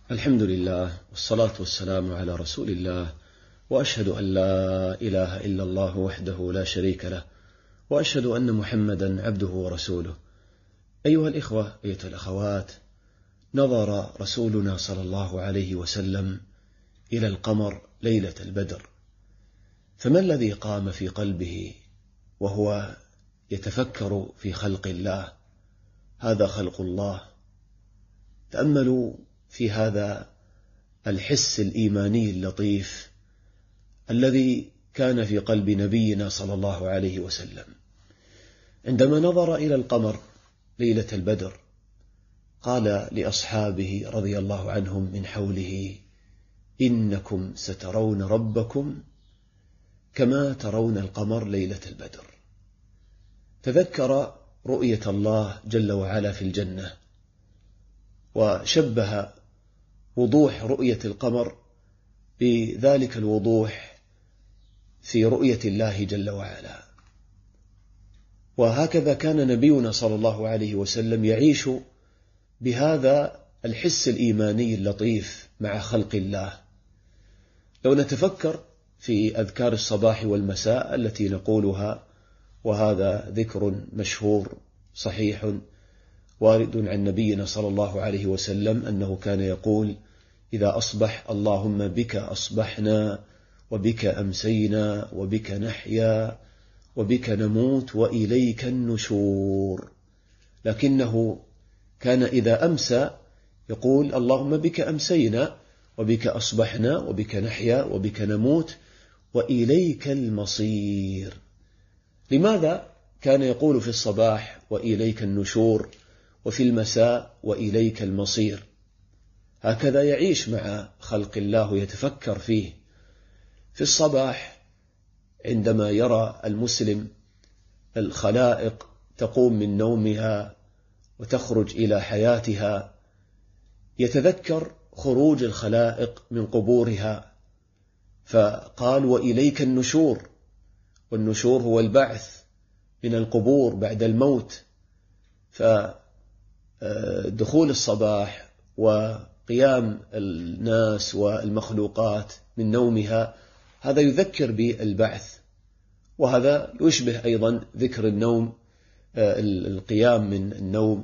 الحمد لله والصلاة والسلام على رسول الله، وأشهد أن لا إله إلا الله وحده لا شريك له، وأشهد أن محمدا عبده ورسوله. أيها الإخوة، أيها الأخوات، نظر رسولنا صلى الله عليه وسلم إلى القمر ليلة البدر، فما الذي قام في قلبه وهو يتفكر في خلق الله؟ هذا خلق الله. تأملوا في هذا الحس الإيماني اللطيف الذي كان في قلب نبينا صلى الله عليه وسلم عندما نظر إلى القمر ليلة البدر. قال لأصحابه رضي الله عنهم من حوله: إنكم سترون ربكم كما ترون القمر ليلة البدر. تذكر رؤية الله جل وعلا في الجنة، وشبه وضوح رؤية القمر بذلك الوضوح في رؤية الله جل وعلا. وهكذا كان نبينا صلى الله عليه وسلم يعيش بهذا الحس الإيماني اللطيف مع خلق الله. لو نتفكر في أذكار الصباح والمساء التي نقولها، وهذا ذكر مشهور صحيح وارد عن نبينا صلى الله عليه وسلم أنه كان يقول إذا أصبح: اللهم بك أصبحنا وبك أمسينا وبك نحيا وبك نموت وإليك النشور. لكنه كان إذا أمسى يقول: اللهم بك أمسينا وبك أصبحنا وبك نحيا وبك نموت وإليك المصير. لماذا كان يقول في الصباح وإليك النشور، وفي المساء وإليك المصير؟ هكذا يعيش مع خلق الله ويتفكر فيه. في الصباح عندما يرى المسلم الخلائق تقوم من نومها وتخرج إلى حياتها، يتذكر خروج الخلائق من قبورها، فقال: وإليك النشور. والنشور هو البعث من القبور بعد الموت. فدخول الصباح وقيام الناس والمخلوقات من نومها هذا يذكر بالبعث، وهذا يشبه أيضا ذكر النوم، القيام من النوم،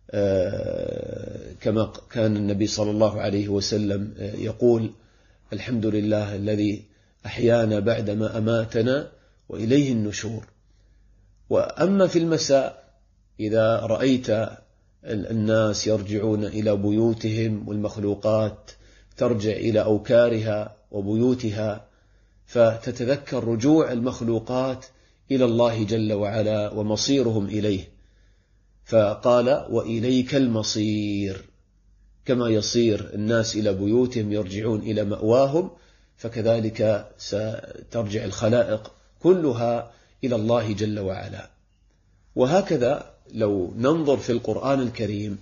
كما كان النبي صلى الله عليه وسلم يقول: الحمد لله الذي أحيانا بعدما أماتنا وإليه النشور. وأما في المساء إذا رأيت الناس يرجعون إلى بيوتهم والمخلوقات ترجع إلى أوكارها وبيوتها، فتتذكر رجوع المخلوقات إلى الله جل وعلا ومصيرهم إليه، فقال: وإليك المصير. كما يصير الناس إلى بيوتهم يرجعون إلى مأواهم، فكذلك سترجع الخلائق كلها إلى الله جل وعلا. وهكذا لو ننظر في القرآن الكريم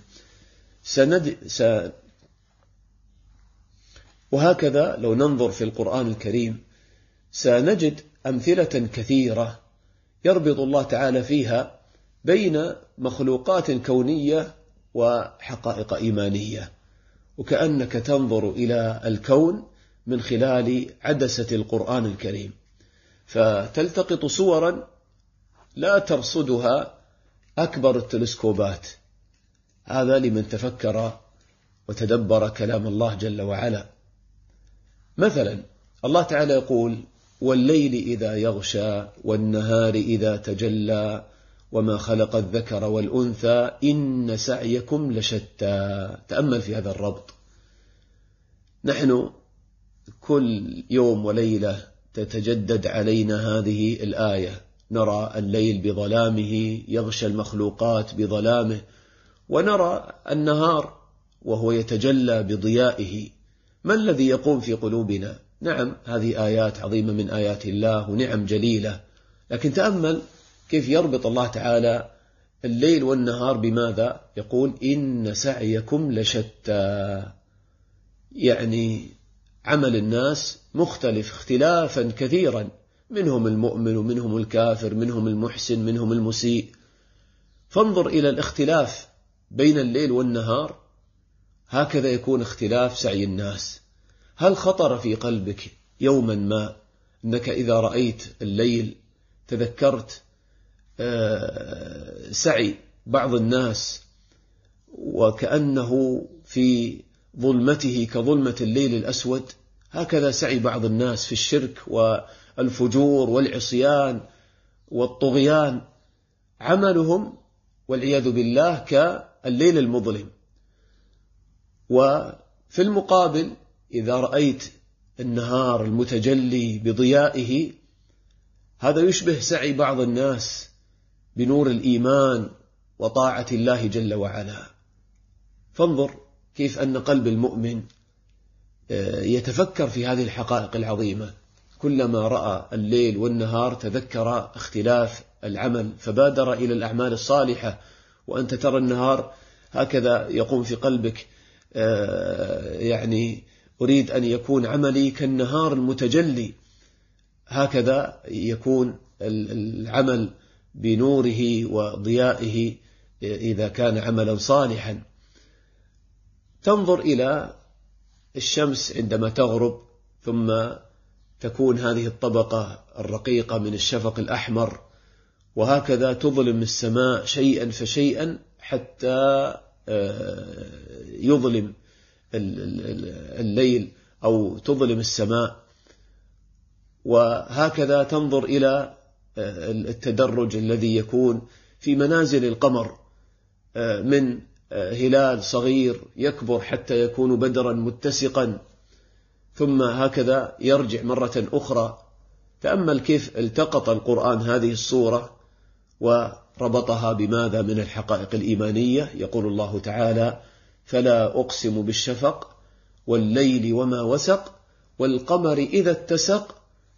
سنجد أمثلة كثيرة يربط الله تعالى فيها بين مخلوقات كونية وحقائق إيمانية، وكأنك تنظر إلى الكون من خلال عدسة القرآن الكريم، فتلتقط صورا لا ترصدها أكبر التلسكوبات. هذا لمن تفكر وتدبر كلام الله جل وعلا. مثلا الله تعالى يقول: والليل إذا يغشى والنهار إذا تجلى وما خلق الذكر والأنثى إن سعيكم لشتى. تأمل في هذا الربط. نحن كل يوم وليلة تتجدد علينا هذه الآية، نرى الليل بظلامه يغشى المخلوقات بظلامه، ونرى النهار وهو يتجلى بضيائه. ما الذي يقوم في قلوبنا؟ نعم، هذه آيات عظيمة من آيات الله ونعم جليلة، لكن تأمل كيف يربط الله تعالى الليل والنهار بماذا؟ يقول: إن سعيكم لشتى. يعني عمل الناس مختلف اختلافا كثيرا، منهم المؤمن ومنهم الكافر، منهم المحسن منهم المسيء. فانظر إلى الاختلاف بين الليل والنهار، هكذا يكون اختلاف سعي الناس. هل خطر في قلبك يوما ما أنك إذا رأيت الليل تذكرت سعي بعض الناس وكأنه في ظلمته كظلمة الليل الأسود؟ هكذا سعي بعض الناس في الشرك والفجور والعصيان والطغيان، عملهم والعياذ بالله كالليل المظلم. وفي المقابل إذا رأيت النهار المتجلي بضيائه، هذا يشبه سعي بعض الناس بنور الإيمان وطاعة الله جل وعلا. فانظر كيف أن قلب المؤمن يتفكر في هذه الحقائق العظيمة، كلما رأى الليل والنهار تذكر اختلاف العمل فبادر إلى الأعمال الصالحة. وأنت ترى النهار هكذا يقوم في قلبك، يعني أريد أن يكون عملي كالنهار المتجلي، هكذا يكون العمل بنوره وضيائه إذا كان عملا صالحا. تنظر إلى الشمس عندما تغرب، ثم تكون هذه الطبقة الرقيقة من الشفق الأحمر، وهكذا تظلم السماء شيئا فشيئا حتى يظلم الليل أو تظلم السماء. وهكذا تنظر إلى التدرج الذي يكون في منازل القمر، من هلال صغير يكبر حتى يكون بدرا متسقا، ثم هكذا يرجع مرة أخرى. تأمل كيف التقط القرآن هذه الصورة وربطها بماذا؟ من الحقائق الإيمانية. يقول الله تعالى: فلا أقسم بالشفق والليل وما وسق والقمر إذا اتسق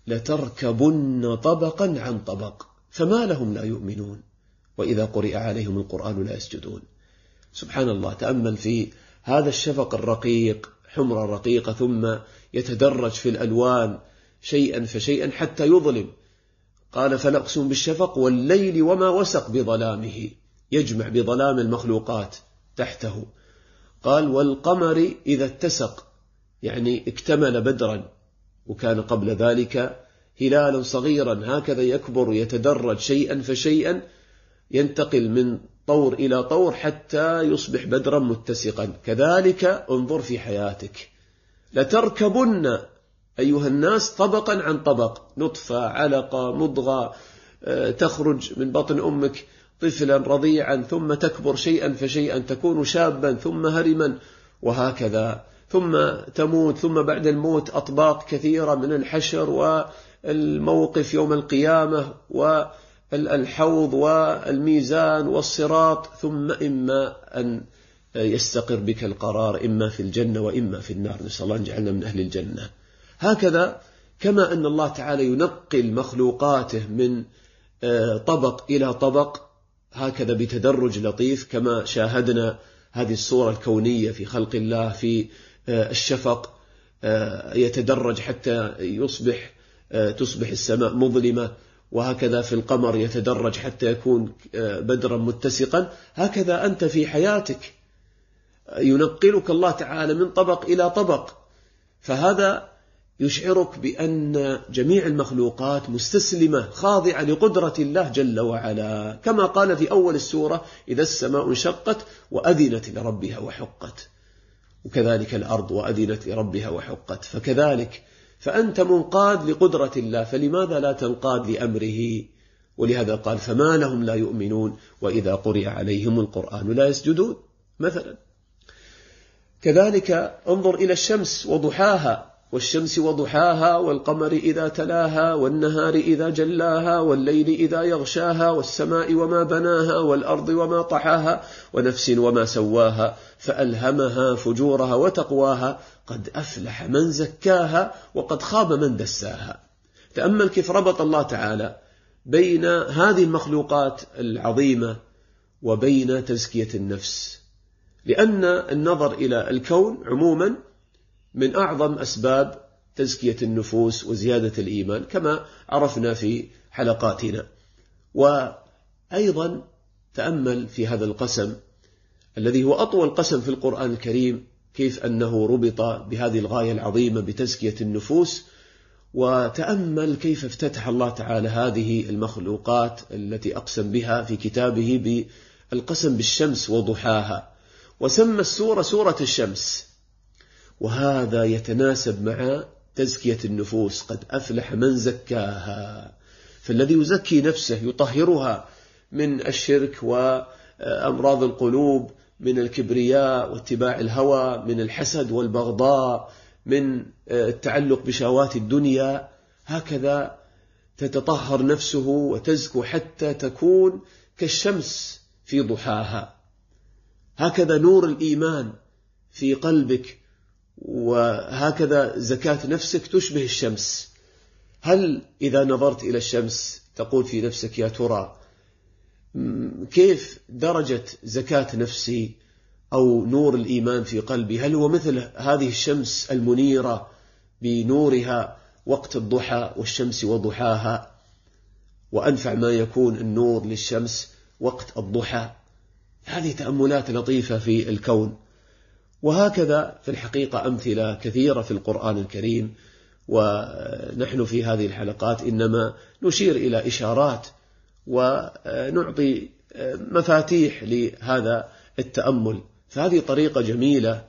لتركبن طبقا عن طبق فما لهم لا يؤمنون وإذا قرئ عليهم القرآن لا يسجدون. سبحان الله، تأمل في هذا الشفق الرقيق، حمرة رقيقة، ثم يتدرج في الألوان شيئا فشيئا حتى يظلم. قال: فلا أقسم بالشفق والليل وما وسق بظلامه، يجمع بظلام المخلوقات تحته. قال: والقمر إذا اتسق، يعني اكتمل بدرا، وكان قبل ذلك هلالا صغيرا، هكذا يكبر يتدرج شيئا فشيئا، ينتقل من طور إلى طور حتى يصبح بدرا متسقا. كذلك انظر في حياتك، لتركبن أيها الناس طبقا عن طبق، نطفة، علقة، مضغة، تخرج من بطن أمك طفلا رضيعا، ثم تكبر شيئا فشيئا، تكون شابا ثم هرما، وهكذا ثم تموت، ثم بعد الموت أطباق كثيرة من الحشر والموقف يوم القيامة والحوض والميزان والصراط، ثم إما أن يستقر بك القرار إما في الجنة وإما في النار، نسأل الله أن يجعلنا من أهل الجنة. هكذا كما أن الله تعالى ينقل مخلوقاته من طبق إلى طبق، هكذا بتدرج لطيف، كما شاهدنا هذه الصورة الكونية في خلق الله في الشفق، يتدرج حتى تصبح السماء مظلمة، وهكذا في القمر يتدرج حتى يكون بدرا متسقا. هكذا أنت في حياتك ينقلك الله تعالى من طبق إلى طبق، فهذا يشعرك بأن جميع المخلوقات مستسلمة خاضعة لقدرة الله جل وعلا، كما قال في أول السورة: إذا السماء انشقت وأذنت لربها وحقت، وكذلك الأرض وأذنت لربها وحقت. فكذلك فأنت منقاد لقدرة الله، فلماذا لا تنقاد لأمره؟ ولهذا قال: فما لهم لا يؤمنون وإذا قرئ عليهم القرآن لا يسجدون مثلا. كذلك انظر إلى الشمس وضحاها، والشمس وضحاها، والقمر إذا تلاها، والنهار إذا جلاها، والليل إذا يغشاها، والسماء وما بناها، والأرض وما طحاها، ونفس وما سواها فألهمها فجورها وتقواها، قد أفلح من زكاها وقد خاب من دساها. تأمل كيف ربط الله تعالى بين هذه المخلوقات العظيمة وبين تزكية النفس، لأن النظر إلى الكون عموما من أعظم أسباب تزكية النفوس وزيادة الإيمان كما عرفنا في حلقاتنا. وأيضا تأمل في هذا القسم الذي هو أطول قسم في القرآن الكريم، كيف أنه ربط بهذه الغاية العظيمة بتزكية النفوس. وتأمل كيف افتتح الله تعالى هذه المخلوقات التي أقسم بها في كتابه بالقسم بالشمس وضحاها، وسمى السورة سورة الشمس، وهذا يتناسب مع تزكية النفوس. قد أفلح من زكاها، فالذي يزكي نفسه يطهرها من الشرك وأمراض القلوب، من الكبرياء واتباع الهوى، من الحسد والبغضاء، من التعلق بشهوات الدنيا. هكذا تتطهر نفسه وتزكو حتى تكون كالشمس في ضحاها. هكذا نور الإيمان في قلبك، وهكذا زكاة نفسك تشبه الشمس. هل إذا نظرت إلى الشمس تقول في نفسك يا ترى كيف درجة زكاة نفسي أو نور الإيمان في قلبي؟ هل هو مثل هذه الشمس المنيرة بنورها وقت الضحى والشمس وضحاها؟ وأنفع ما يكون النور للشمس وقت الضحى. هذه تأملات لطيفة في الكون. وهكذا في الحقيقة أمثلة كثيرة في القرآن الكريم، ونحن في هذه الحلقات إنما نشير إلى إشارات ونعطي مفاتيح لهذا التأمل. فهذه طريقة جميلة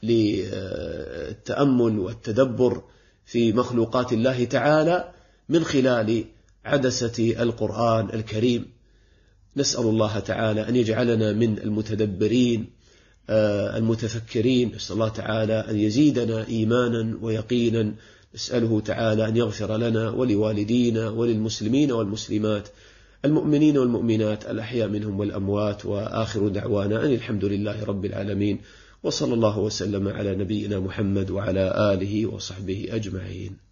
للتأمل والتدبر في مخلوقات الله تعالى من خلال عدسة القرآن الكريم. نسأل الله تعالى أن يجعلنا من المتدبرين المتفكرين. نسأل الله تعالى أن يزيدنا إيمانا ويقينا. نسأله تعالى أن يغفر لنا ولوالدينا وللمسلمين والمسلمات، المؤمنين والمؤمنات الأحياء منهم والأموات. وآخر دعوانا أن الحمد لله رب العالمين، وصلى الله وسلم على نبينا محمد وعلى آله وصحبه أجمعين.